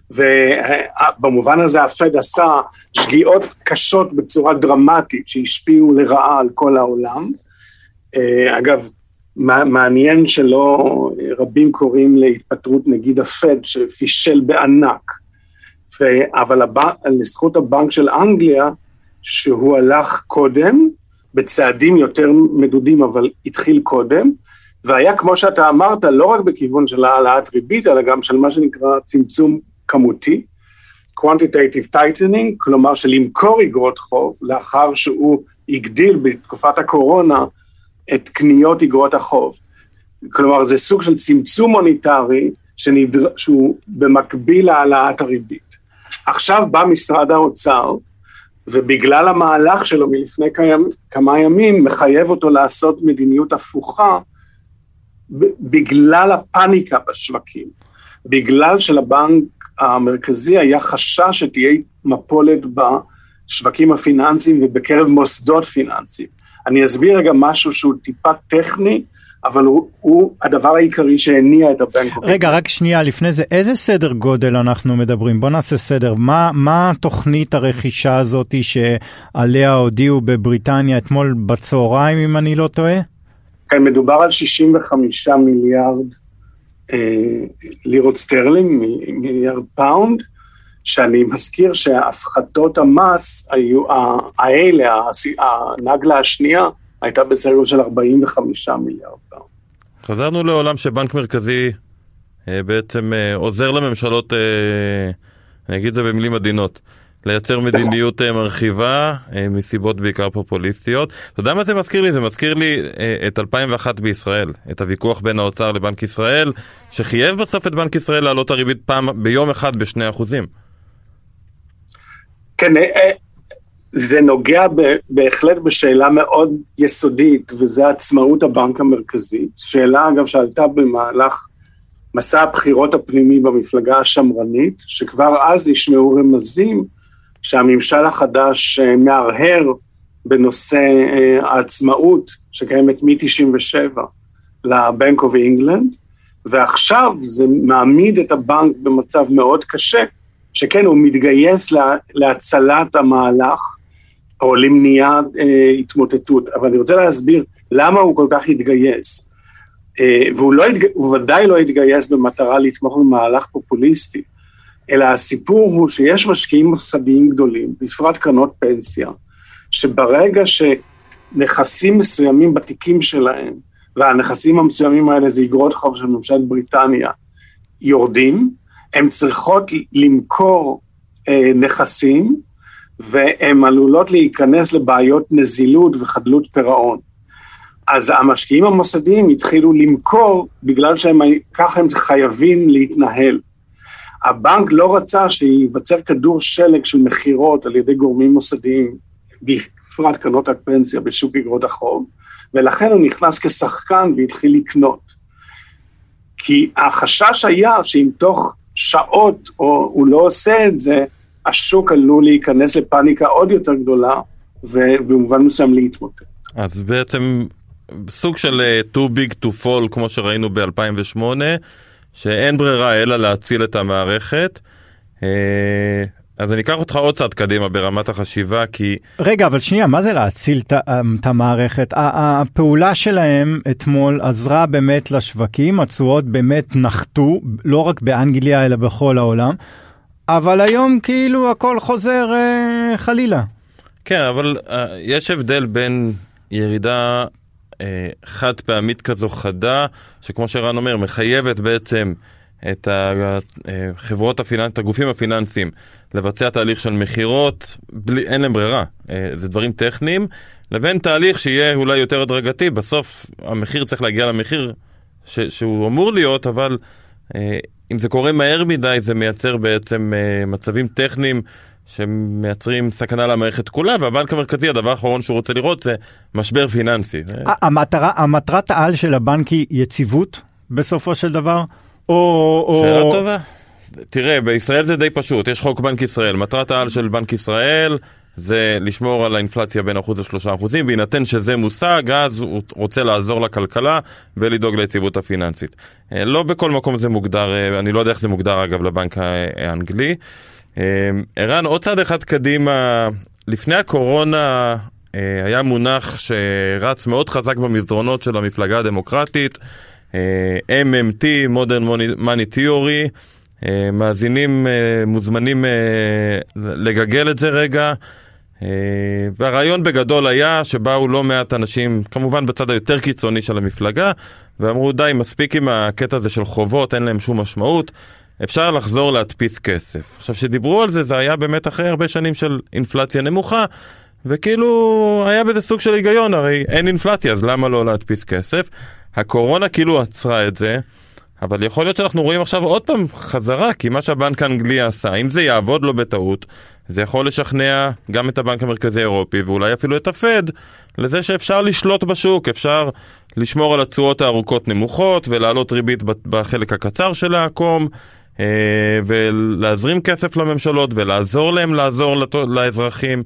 D: ובמובן הזה הפד עשה שגיאות קשות בצורה דרמטית, שהשפיעו לרעה על כל העולם. אגב, מעניין שלא רבים קוראים להתפטרות נגיד הפד, שפישל בענק. אבל לזכות הבנק של אנגליה, שהוא הלך קודם, בצעדים יותר מדודים, אבל התחיל קודם, והיה כמו שאתה אמרת, לא רק בכיוון של העלאת ריבית, אלא גם של מה שנקרא צמצום כמותי, quantitative tightening, כלומר של למכור אגרות חוב, לאחר שהוא הגדיל בתקופת הקורונה את קניות אגרות החוב. כלומר, זה סוג של צמצום מוניטרי, שהוא במקביל להעלאת הריבית. עכשיו בא משרד האוצר, ובגלל המהלך שלו מלפני כמה ימים, מחייב אותו לעשות מדיניות הפוכה, בגלל הפאניקה בשווקים, בגלל שלבנק המרכזי היה חשש שתהיה מפולת בשווקים הפיננסיים ובקרב מוסדות פיננסיים. אני אסביר רגע משהו שהוא טיפה טכני, אבל הוא הדבר העיקרי שהניע את הבנק.
B: רגע, רק שנייה, לפני זה, איזה סדר גודל אנחנו מדברים? בוא נעשה סדר. מה תוכנית הרכישה הזאת שעליה הודיעו בבריטניה אתמול בצהריים, אם אני לא טועה?
D: כן, מדובר על 65 מיליארד לירות סטרלינג, מיליארד פאונד, שאני מזכיר שהפחתות המס היו, הנגלה השנייה, הייתה בסדר של 45 מיליארד פאונד.
C: חזרנו לעולם שבנק מרכזי בעצם עוזר לממשלות, אני אגיד את זה במילים עדינות, לייצר מדיניות מרחיבה מסיבות בעיקר פופוליסטיות. אתה יודע מה זה מזכיר לי? זה מזכיר לי את 2001 בישראל, את הוויכוח בין האוצר לבנק ישראל, שחייב בסוף את בנק ישראל להעלות הריבית ביום אחד ב2%.
D: כן, זה נוגע בהחלט בשאלה מאוד יסודית, וזה עצמאות הבנק המרכזי. שאלה אגב שעלתה במהלך מסע הבחירות הפנימי במפלגה השמרנית, שכבר אז נשמעו רמזים שהממשל החדש מהרהר בנושא העצמאות שקיימת מ-97 לבנק אוף אינגלנד, ועכשיו זה מעמיד את הבנק במצב מאוד קשה, שכן הוא מתגייס להצלת המהלך, או למניעת התמוטטות, אבל אני רוצה להסביר למה הוא כל כך התגייס, והוא ודאי לא התגייס במטרה לתמוך במהלך פופוליסטי, אלא הסיפור הוא שיש משקיעים מוסדיים גדולים, בפרט קרנות פנסיה, שברגע שנכסים מסוימים בתיקים שלהם, והנכסים המסוימים האלה זה אגרות חוב של ממשלת בריטניה, יורדים, הם צריכות למכור נכסים, והן עלולות להיכנס לבעיות נזילות וחדלות פירעון. אז המשקיעים המוסדיים התחילו למכור, בגלל ככה הם חייבים להתנהל. הבנק לא רצה שיווצר כדור שלג של מחירות על ידי גורמים מוסדיים, בפרט קרנות הפנסיה בשוק אגרות החוב, ולכן הוא נכנס כשחקן והתחיל לקנות. כי החשש היה שאם תוך שעות הוא לא עושה את זה, השוק עלול להיכנס לפאניקה עוד יותר גדולה, ובמובן מסוים להתמוטט.
C: אז בעצם סוג של too big to fall, כמו שראינו ב-2008, שאין ברירה אלא להציל את המערכת. אז אני אקח אותך עוד צעד קדימה ברמת החשיבה, כי...
B: רגע, אבל שנייה, מה זה להציל את המערכת? הפעולה שלהם אתמול עזרה באמת לשווקים, התשואות באמת נחתו, לא רק באנגליה אלא בכל העולם, אבל היום כאילו הכל חוזר חלילה.
C: כן, אבל יש הבדל בין ירידה חד פעמית כזו חדה, שכמו שרן אומר, מחייבת בעצם את החברות הפיננסיות, הגופים הפיננסיים, לבצע תהליך של מחירות, אין להם ברירה, זה דברים טכניים, לבין תהליך שיהיה אולי יותר הדרגתי, בסוף המחיר צריך להגיע למחיר שהוא אמור להיות, אבל אם זה קורה מהר מדי, זה מייצר בעצם מצבים טכניים, שמייצרים סכנה למערכת כולה, והבנק המרכזי, הדבר האחרון שהוא רוצה לראות זה משבר פיננסי.
B: המטרת העל של הבנק היא יציבות בסופו של דבר?
C: שאלה טובה. תראה, בישראל זה די פשוט, יש חוק בנק ישראל, מטרת העל של בנק ישראל זה לשמור על האינפלציה בין 1% ל3%, בהינתן שזה מושג, אז הוא רוצה לעזור לכלכלה ולדאוג ליציבות הפיננסית. לא בכל מקום זה מוגדר, אני לא יודע איך זה מוגדר אגב לבנק האנגלי. ערן, עוד צעד אחד קדימה, לפני הקורונה היה מונח שרץ מאוד חזק במסדרונות של המפלגה הדמוקרטית, MMT, Modern Money Theory, מאזינים מוזמנים לגגל את זה רגע, והרעיון בגדול היה שבאו לא מעט אנשים, כמובן בצד היותר קיצוני של המפלגה, ואמרו די, מספיק עם הקטע הזה של חובות, אין להם שום משמעות, אפשר לחזור להדפיס כסף. עכשיו שדיברו על זה, זה היה באמת אחרי הרבה שנים של אינפלציה נמוכה, וכאילו היה בזה סוג של היגיון, הרי אין אינפלציה, אז למה לא להדפיס כסף? הקורונה כאילו עצרה את זה, אבל יכול להיות שאנחנו רואים עכשיו עוד פעם חזרה, כי מה שהבנק האנגלי עשה, אם זה יעבוד לו בטעות, זה יכול לשכנע גם את הבנק המרכזי האירופי, ואולי אפילו את הפד, לזה שאפשר לשלוט בשוק, אפשר לשמור על התשואות הארוכות נמוכות, ולהעלות ריבית בחלק הקצר של העקום, ולהזרים כסף לממשלות, ולעזור להם לעזור לאזרחים.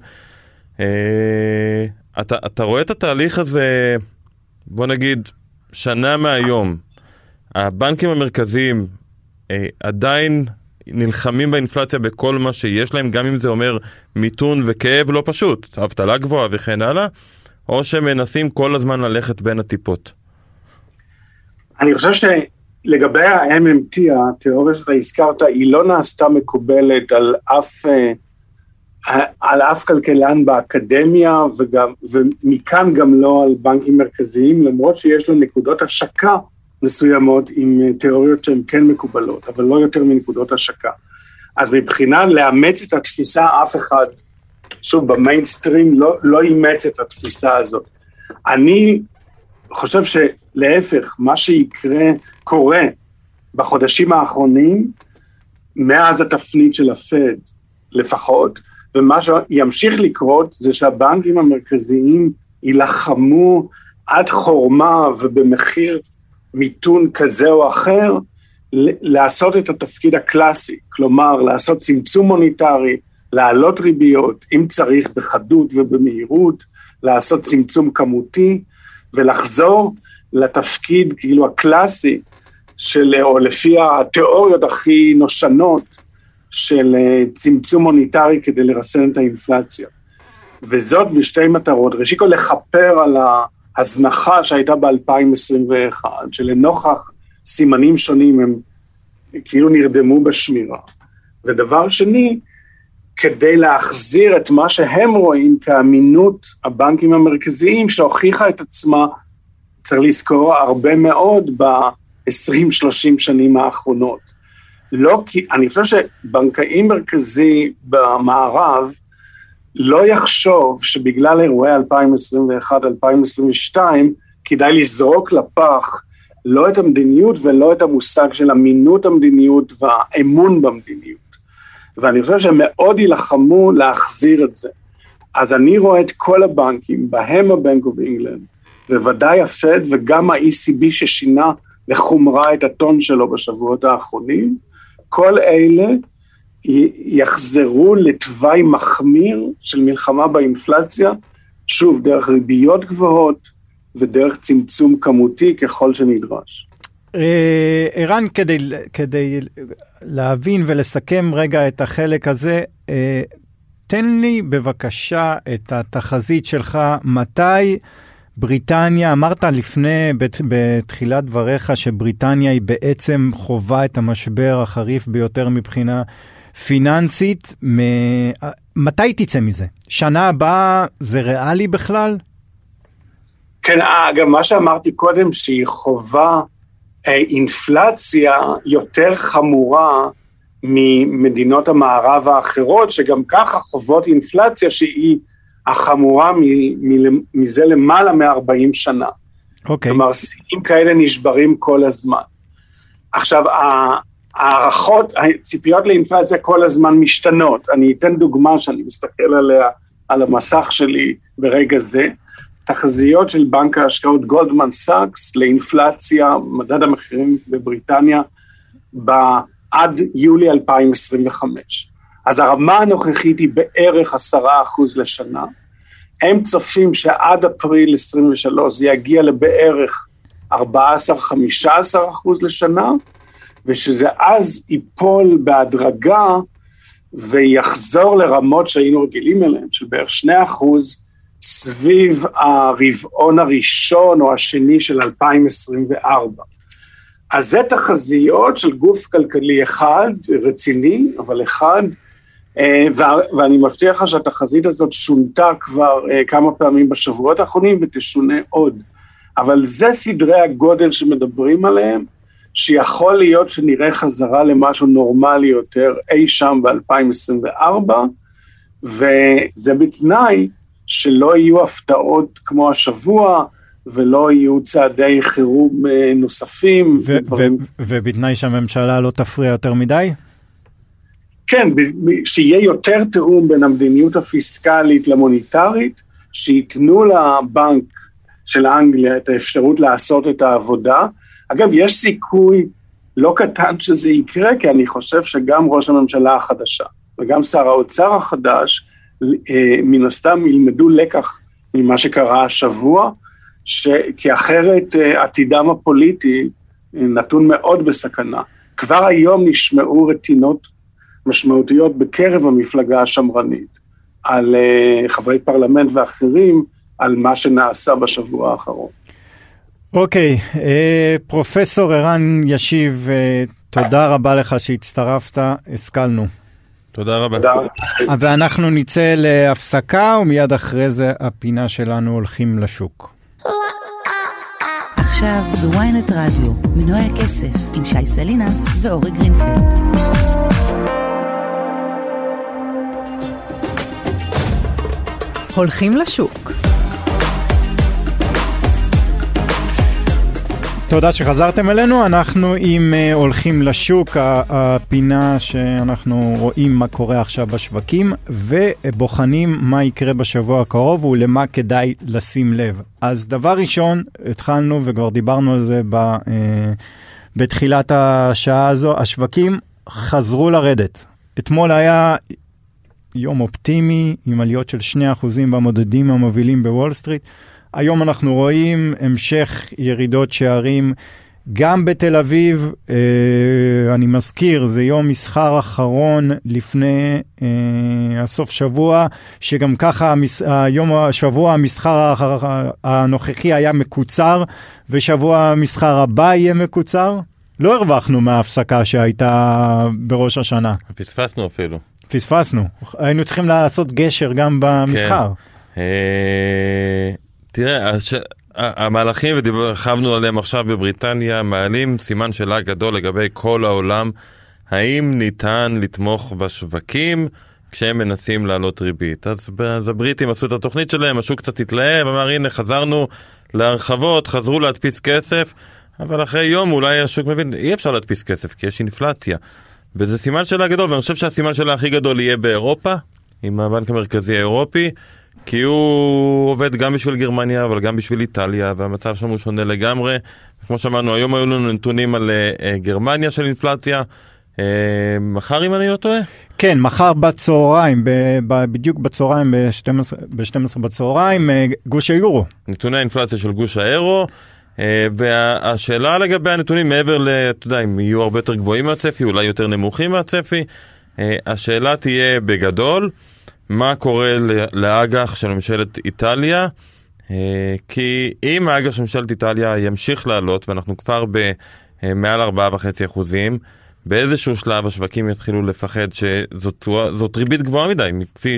C: אתה רואה את התהליך הזה, בוא נגיד, שנה מהיום, הבנקים המרכזיים עדיין נלחמים באינפלציה בכל מה שיש להם, גם אם זה אומר מיתון וכאב לא פשוט, אבטלה גבוהה וכן הלאה, או שמנסים כל הזמן ללכת בין הטיפות?
D: אני חושב שלגבי ה-MMT, התיאוריה שאתה הזכרת, היא לא נעשתה מקובלת על אף כלכלן באקדמיה, ומכאן גם לא על בנקים מרכזיים, למרות שיש לו נקודות השקה מסוימות עם תיאוריות שהן כן מקובלות, אבל לא יותר מנקודות השקה. אז מבחינה לאמץ את התפיסה, אף אחד, שוב, במיינסטרים לא אימץ את התפיסה הזאת. אני חושב שלהפך, מה קורה בחודשים האחרונים, מאז התפנית של הפד לפחות, ומה שימשיך לקרות זה שהבנקים המרכזיים ילחמו עד חורמה ובמחיר מיתון כזה או אחר, לעשות את התפקיד הקלאסי, כלומר לעשות צמצום מוניטרי, להעלות ריביות, אם צריך בחדות ובמהירות, לעשות צמצום כמותי, ולחזור לתפקיד כאילו הקלאסי, או לפי התיאוריות הכי נושנות, של צמצום מוניטרי כדי לרסן את האינפלציה. וזאת בשתי מטרות, ראשית כל לחפר על ההזנחה שהייתה ב-2021, שלנוכח סימנים שונים הם כאילו נרדמו בשמירה. ודבר שני, כדי להחזיר את מה שהם רואים כאמינות הבנקים המרכזיים, שהוכיחה את עצמה, צריך לזכור הרבה מאוד ב-20-30 שנים האחרונות. לא כי, אני חושב שבנקאי מרכזי במערב לא יחשוב שבגלל אירועי 2021-2022 כדאי לזרוק לפח לא את המדיניות ולא את המושג של אמינות המדיניות והאמון במדיניות. ואני חושב שהם מאוד ילחמו להחזיר את זה. אז אני רואה את כל הבנקים, בהם הבנק אוף אינגלנד, וודאי הפד וגם ה-ECB ששינה לחומרה את הטון שלו בשבועות האחרונים, כל אלה יחזרו לתוואי מחמיר של מלחמה באינפלציה, שוב, דרך ריביות גבוהות ודרך צמצום כמותי ככל שנדרש.
B: ערן, כדי להבין ולסכם רגע את החלק הזה, תן לי בבקשה את התחזית שלך, מתי בריטניה, אמרת בתחילת דבריך שבריטניה היא בעצם חובה את המשבר החריף ביותר מבחינה פיננסית, מתי תצא מזה? שנה הבאה זה ריאלי בכלל?
D: כן, גם מה שאמרתי קודם שהיא חובה אינפלציה יותר חמורה ממדינות המערב האחרות, שגם ככה חובות אינפלציה שהיא החמורה מזה למעלה מ-40 שנה.
B: אוקיי.
D: כלומר, שיאים כאלה נשברים כל הזמן. עכשיו, הערכות, הציפיות לאינפלציה כל הזמן משתנות. אני אתן דוגמה שאני מסתכל עליה, על המסך שלי ברגע זה, תחזיות של בנק ההשקעות גולדמן סאקס לאינפלציה, מדד המחירים בבריטניה, עד יולי 2025. אז הרמה הנוכחית היא בערך 10% לשנה, הם צופים שעד אפריל 23 זה יגיע לבערך 14-15% לשנה, ושזה אז ייפול בהדרגה, ויחזור לרמות שהיינו רגילים אליהם, של בערך 2%, סביב הרבעון הראשון או השני של 2024. אז זה תחזיות של גוף כלכלי אחד, רציני, אבל אחד, ואני מבטיח לך שהתחזית הזאת שונתה כבר כמה פעמים בשבועות האחרונים, ותשונה עוד. אבל זה סדרי הגודל שמדברים עליהם, שיכול להיות שנראה חזרה למשהו נורמלי יותר אי שם ב-2024, וזה בתנאי שלא יהיו הפתעות כמו השבוע, ולא יהיו צעדי חירום נוספים.
B: ובתנאי שהממשלה לא תפריע יותר מדי?
D: כן, שיהיה יותר תאום בין המדיניות הפיסקלית למוניטרית, שיתנו לבנק של אנגליה את האפשרות לעשות את העבודה. אגב, יש סיכוי לא קטן שזה יקרה, כי אני חושב שגם ראש הממשלה החדשה, וגם שר האוצר החדש, מן הסתם ילמדו לקח ממה שקרה השבוע, כי אחרת עתידם הפוליטי נתון מאוד בסכנה. כבר היום נשמעו רטינות משמעותיות בקרב המפלגה השמרנית, על חברי פרלמנט ואחרים, על מה שנעשה בשבוע האחרון.
B: אוקיי, פרופסור ערן ישיב, תודה רבה לך שהצטרפת, השכלנו.
C: תודה רבה.
B: ואנחנו נצא להפסקה, ומיד אחרי זה הפינה שלנו הולכים לשוק.
A: עכשיו בוויינט רדיו, מנועי הכסף עם שי סלינס ואורי גרינפלד.
E: הולכים לשוק.
B: תודה שחזרתם אלינו, אנחנו עם הולכים לשוק, הפינה שאנחנו רואים מה קורה עכשיו בשווקים ובוחנים מה יקרה בשבוע הקרוב ולמה כדאי לשים לב. אז דבר ראשון, התחלנו וכבר דיברנו על זה בתחילת השעה הזו, השווקים חזרו לרדת. אתמול היה יום אופטימי עם עליות של 2% במודדים המובילים בוול סטריט. היום אנחנו רואים המשך ירידות שערים גם בתל אביב. אני מזכיר, זה יום מסחר אחרון לפני הסוף שבוע, שגם ככה שבוע המסחר הנוכחי היה מקוצר, ושבוע המסחר הבא יהיה מקוצר. לא הרווחנו מההפסקה שהייתה בראש השנה.
C: פספסנו אפילו.
B: פספסנו. היינו צריכים לעשות גשר גם במסחר.
C: כן. תראה, המהלכים, וחבנו עליהם עכשיו בבריטניה, מעלים סימן שאלה גדול לגבי כל העולם, האם ניתן לתמוך בשווקים כשהם מנסים לעלות ריבית. אז הבריטים עשו את התוכנית שלהם, השוק קצת התלהב, אמר הנה חזרנו להרחבות, חזרו להדפיס כסף, אבל אחרי יום אולי השוק מבין, אי אפשר להדפיס כסף כי יש אינפלציה. וזה סימן שאלה גדול, ואני חושב שהסימן שאלה הכי גדול יהיה באירופה, עם הבנק המרכזי האירופי, כי הוא עובד גם בשביל גרמניה, אבל גם בשביל איטליה, והמצב שם הוא שונה לגמרי. כמו שאמרנו, היום היו לנו נתונים על גרמניה של אינפלציה. מחר אם אני לא טועה?
B: כן, מחר בצהריים, בדיוק בצהריים, ב-12 בצהריים, גוש היורו.
C: נתוני האינפלציה של גוש האירו, והשאלה לגבי הנתונים מעבר אתה יודע, אם יהיו הרבה יותר גבוהים מהצפי, אולי יותר נמוכים מהצפי, השאלה תהיה בגדול, מה קורה לאג"ח של ממשלת איטליה, כי אם האג"ח של ממשלת איטליה ימשיך לעלות, ואנחנו כבר במעל 4.5%, באיזשהו שלב השווקים יתחילו לפחד שזאת ריבית גבוהה מדי, כפי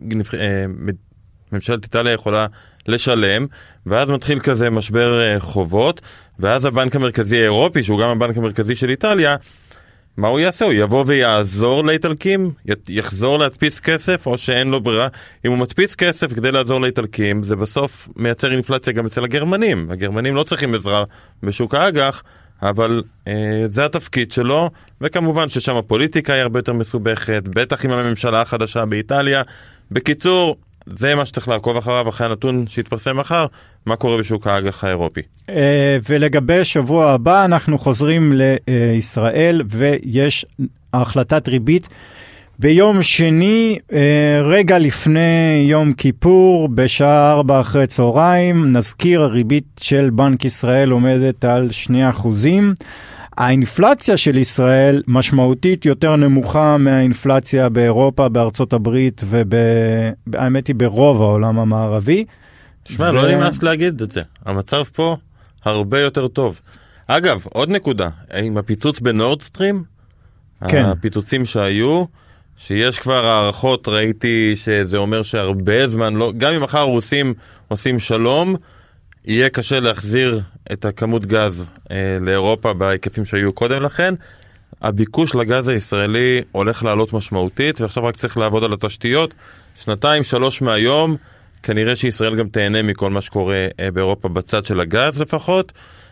C: שממשלת איטליה יכולה לשלם, ואז מתחיל כזה משבר חובות, ואז הבנק המרכזי האירופי, שהוא גם הבנק המרכזי של איטליה, מה הוא יעשה? הוא יבוא ויעזור לאיטלקים? יחזור להדפיס כסף או שאין לו ברירה? אם הוא מדפיס כסף כדי לעזור לאיטלקים, זה בסוף מייצר אינפלציה גם אצל הגרמנים. הגרמנים לא צריכים עזרה בשוק האג"ח, אבל זה התפקיד שלו, וכמובן ששם הפוליטיקה היא הרבה יותר מסובכת, בטח עם הממשלה החדשה באיטליה. בקיצור, זה מה שצריך לעקוב אחריו, אחרי הנתון שהתפרסם מחר, מה קורה בשוק האג"ח האירופי.
B: ולגבי שבוע הבא, אנחנו חוזרים לישראל, ויש החלטת ריבית ביום שני, רגע לפני יום כיפור, בשעה 4 אחרי צהריים. נזכיר, הריבית של בנק ישראל עומדת על 2%. האינפלציה של ישראל משמעותית יותר נמוכה מהאינפלציה באירופה, בארצות הברית, ובאמת היא ברוב העולם המערבי.
C: תשמע, לא נמאס להגיד את זה. המצב פה הרבה יותר טוב. אגב, עוד נקודה, עם הפיצוץ בנורדסטרים,
B: כן.
C: הפיצוצים שהיו, שיש כבר הערכות, ראיתי שזה אומר שהרבה זמן, לא, גם אם מחר הרוסים עושים שלום, יהיה קשה להחזיר את הכמות גז לאירופה בהיקפים שהיו קודם לכן. הביקוש לגז הישראלי הולך לעלות משמעותית, ועכשיו רק צריך לעבוד על התשתיות. 2-3 מהיום, כנראה שישראל גם תהנה מכל מה שקורה באירופה בצד של הגז לפחות.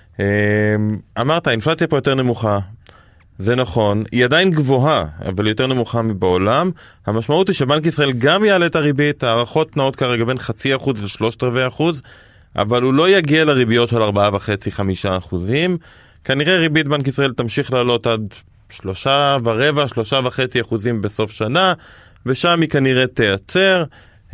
C: אמרת, האינפלציה פה יותר נמוכה. זה נכון, היא עדיין גבוהה, אבל יותר נמוכה מבעולם. המשמעות היא שבנק ישראל גם יעלה את הריבית, הערכות נעות כרגע בין 0.5% ל3/4%, אבל הוא לא יגיע לריביות של 4.5-5%. כנראה ריבית בנק ישראל תמשיך לעלות עד 3.25-3.5% בסוף שנה, ושם היא כנראה תיעצר,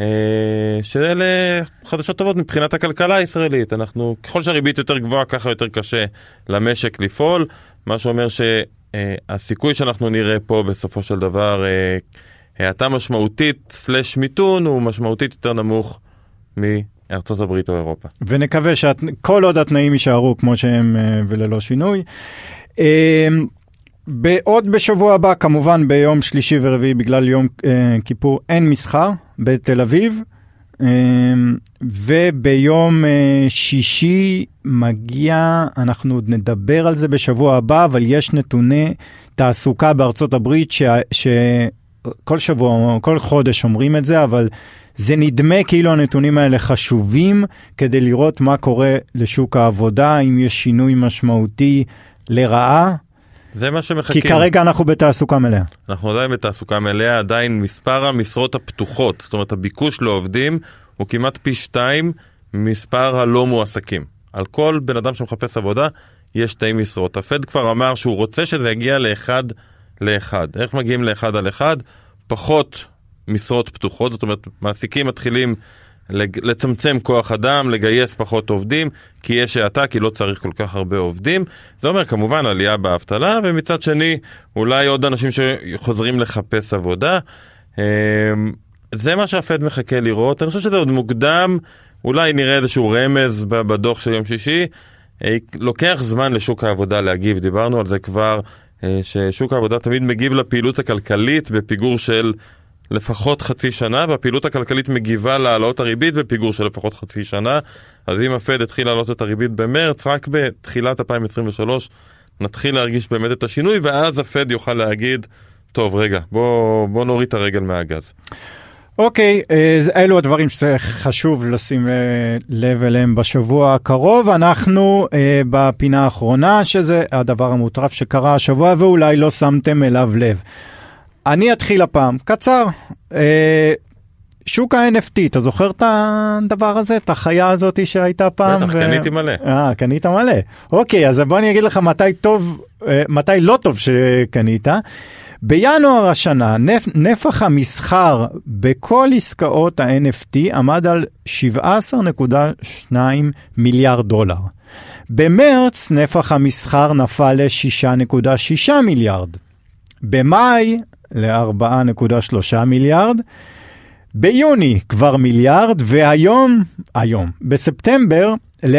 C: שאלה חדשות טובות מבחינת הכלכלה הישראלית. ככל שהריבית יותר גבוהה, ככה יותר קשה למשק לפעול, מה שאומר שהסיכוי שאנחנו נראה פה בסופו של דבר, האטה משמעותית / מיתון, הוא משמעותית יותר נמוך מארצות הברית או אירופה.
B: ונקווה שכל עוד התנאים יישארו כמו שהם וללא שינוי. עוד בשבוע הבא, כמובן ביום שלישי ורביעי, בגלל יום כיפור, אין מסחר בתל אביב, וביום שישי מגיע, אנחנו עוד נדבר על זה בשבוע הבא, אבל יש נתוני תעסוקה בארצות הברית, שכל שבוע, כל חודש אומרים את זה, אבל זה נדמה כאילו הנתונים האלה חשובים כדי לראות מה קורה לשוק העבודה, אם יש שינוי משמעותי לרעה.
C: זה מה שמחכים.
B: כי כרגע אנחנו בתעסוקה מלאה.
C: אנחנו עדיין בתעסוקה מלאה, עדיין מספר המשרות הפתוחות, זאת אומרת הביקוש לעובדים הוא כמעט פי 2 מספר הלא מועסקים. על כל בן אדם שמחפש עבודה יש 2 משרות. הפד כבר אמר שהוא רוצה שזה יגיע לאחד לאחד. איך מגיעים לאחד על אחד? פחות משרות פתוחות, זאת אומרת מעסיקים מתחילים לצמצם כוח אדם, לגייס פחות עובדים, כי יש העתה, כי לא צריך כל כך הרבה עובדים. זה אומר כמובן עלייה באבטלה, ומצד שני אולי עוד אנשים שחוזרים לחפש עבודה. זה מה שהפד מחכה לראות. אני חושב שזה עוד מוקדם, אולי נראה איזשהו רמז בדוח של יום שישי. לוקח זמן לשוק העבודה להגיב, דיברנו על זה כבר, ששוק העבודה תמיד מגיב לפעילות הכלכלית בפיגור של לפחות חצי שנה, והפעילות הכלכלית מגיבה להעלות הריבית בפיגור של לפחות חצי שנה. אז אם הפד התחיל להעלות את הריבית במרץ, רק בתחילת 2023 נתחיל להרגיש באמת את השינוי, ואז הפד יוכל להגיד, טוב רגע, בוא נוריד את הרגל מהגז.
B: אוקיי, אלו הדברים שחשוב לשים לב אליהם בשבוע הקרוב. אנחנו בפינה האחרונה, שזה הדבר המוטרף שקרה השבוע, ואולי לא שמתם אליו לב. אני אתחיל הפעם, קצר. שוק ה-NFT, אתה זוכר את הדבר הזה? את החיה הזאת שהייתה פעם?
C: בטח, קניתי מלא.
B: קנית מלא. אוקיי, אז בוא אני אגיד לך מתי לא טוב שקנית. בינואר השנה, נפח המסחר בכל עסקאות ה-NFT עמד על 17.2 מיליארד דולר. במרץ נפח המסחר נפל ל-6.6 מיליארד. במאי ל-4.3 מיליארד. ביוני כבר מיליארד, והיום, בספטמבר,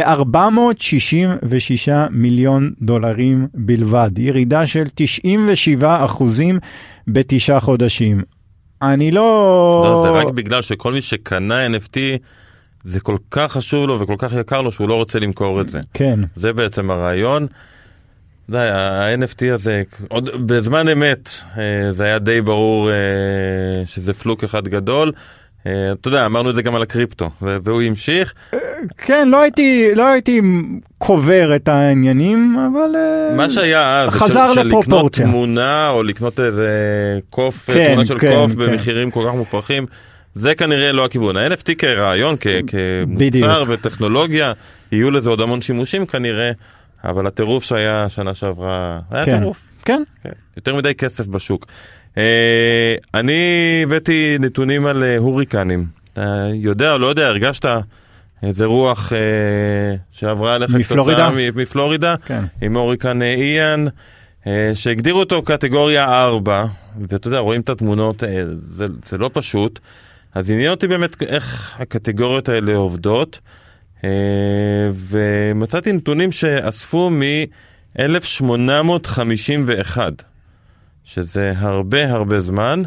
B: ל-466 מיליון דולרים בלבד. ירידה של 97% ב9 חודשים. אני לא...
C: זה רק בגלל שכל מי שקנה NFT, זה כל כך חשוב לו וכל כך יקר לו שהוא לא רוצה למכור את זה.
B: כן.
C: זה בעצם הרעיון. ה-NFT הזה, עוד בזמן אמת, זה היה די ברור שזה פלוק אחד גדול. אתה יודע, אמרנו את זה גם על הקריפטו, והוא המשיך.
B: כן, לא הייתי קובר את העניינים, אבל
C: מה שהיה אז,
B: חזר לפרופורציה.
C: לקנות תמונה, או לקנות איזה קוף, תמונה של קוף במחירים כל כך מופרכים, זה כנראה לא הכיוון. ה-NFT כרעיון, כמוצר וטכנולוגיה, יהיו לזה עוד המון שימושים כנראה, אבל הטירוף שהיה שנה שעברה, היה טירוף.
B: כן.
C: יותר מדי כסף בשוק. אני הבאתי נתונים על הוריקנים. אתה יודע או לא יודע, הרגשת איזה רוח שעברה עליך כתוצאה מפלורידה, עם הוריקן איאן, שהגדירו אותו קטגוריה 4, ואתה יודע, רואים את התמונות, זה לא פשוט. אז עניין אותי באמת איך הקטגוריות האלה עובדות, ומצאתי נתונים שאספו מ-1851, שזה הרבה זמן,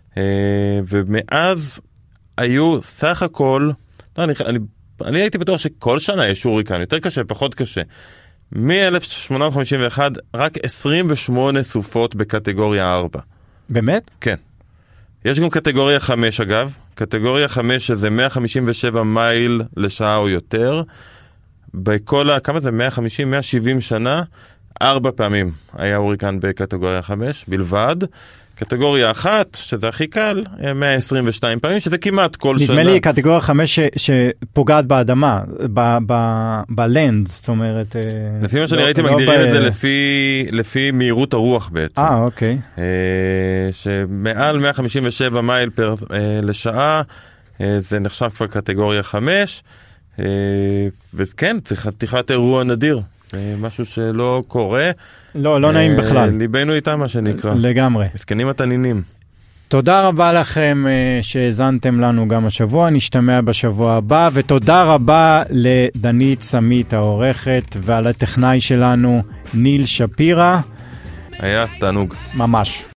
C: ומאז היו סך הכל, אני הייתי בטוח שכל שנה יש הוריקן, יותר קשה, פחות קשה. מ-1851 רק 28 סופות בקטגוריה 4.
B: באמת?
C: כן. יש גם קטגוריה 5 אגב, קטגוריה 5 שזה 157 מייל לשעה או יותר, כמה זה? 150, 170 שנה, 4 פעמים היה הוריקן בקטגוריה 5 בלבד. קטגוריה 1, שזה הכי קל, 122 פעמים, שזה כמעט כל שנה.
B: נדמה לי קטגוריה 5 שפוגעת באדמה, בלנד, זאת אומרת...
C: לפי מה שאני ראיתי מגדירים את זה לפי מהירות הרוח בעצם.
B: אוקיי.
C: שמעל 157 מייל לשעה, זה נחשב כבר קטגוריה 5, וכן, צריך אירוע נדיר. משהו שלא קורה.
B: לא נעים בכלל.
C: ליבנו איתם מה שנקרא.
B: לגמרי.
C: מסכנים התנינים.
B: תודה רבה לכם שהזנתם לנו גם השבוע, נשתמע בשבוע הבא, ותודה רבה לדנית סמית העורכת, ועל הטכנאי שלנו ניל שפירה.
C: היה תענוג.
B: ממש.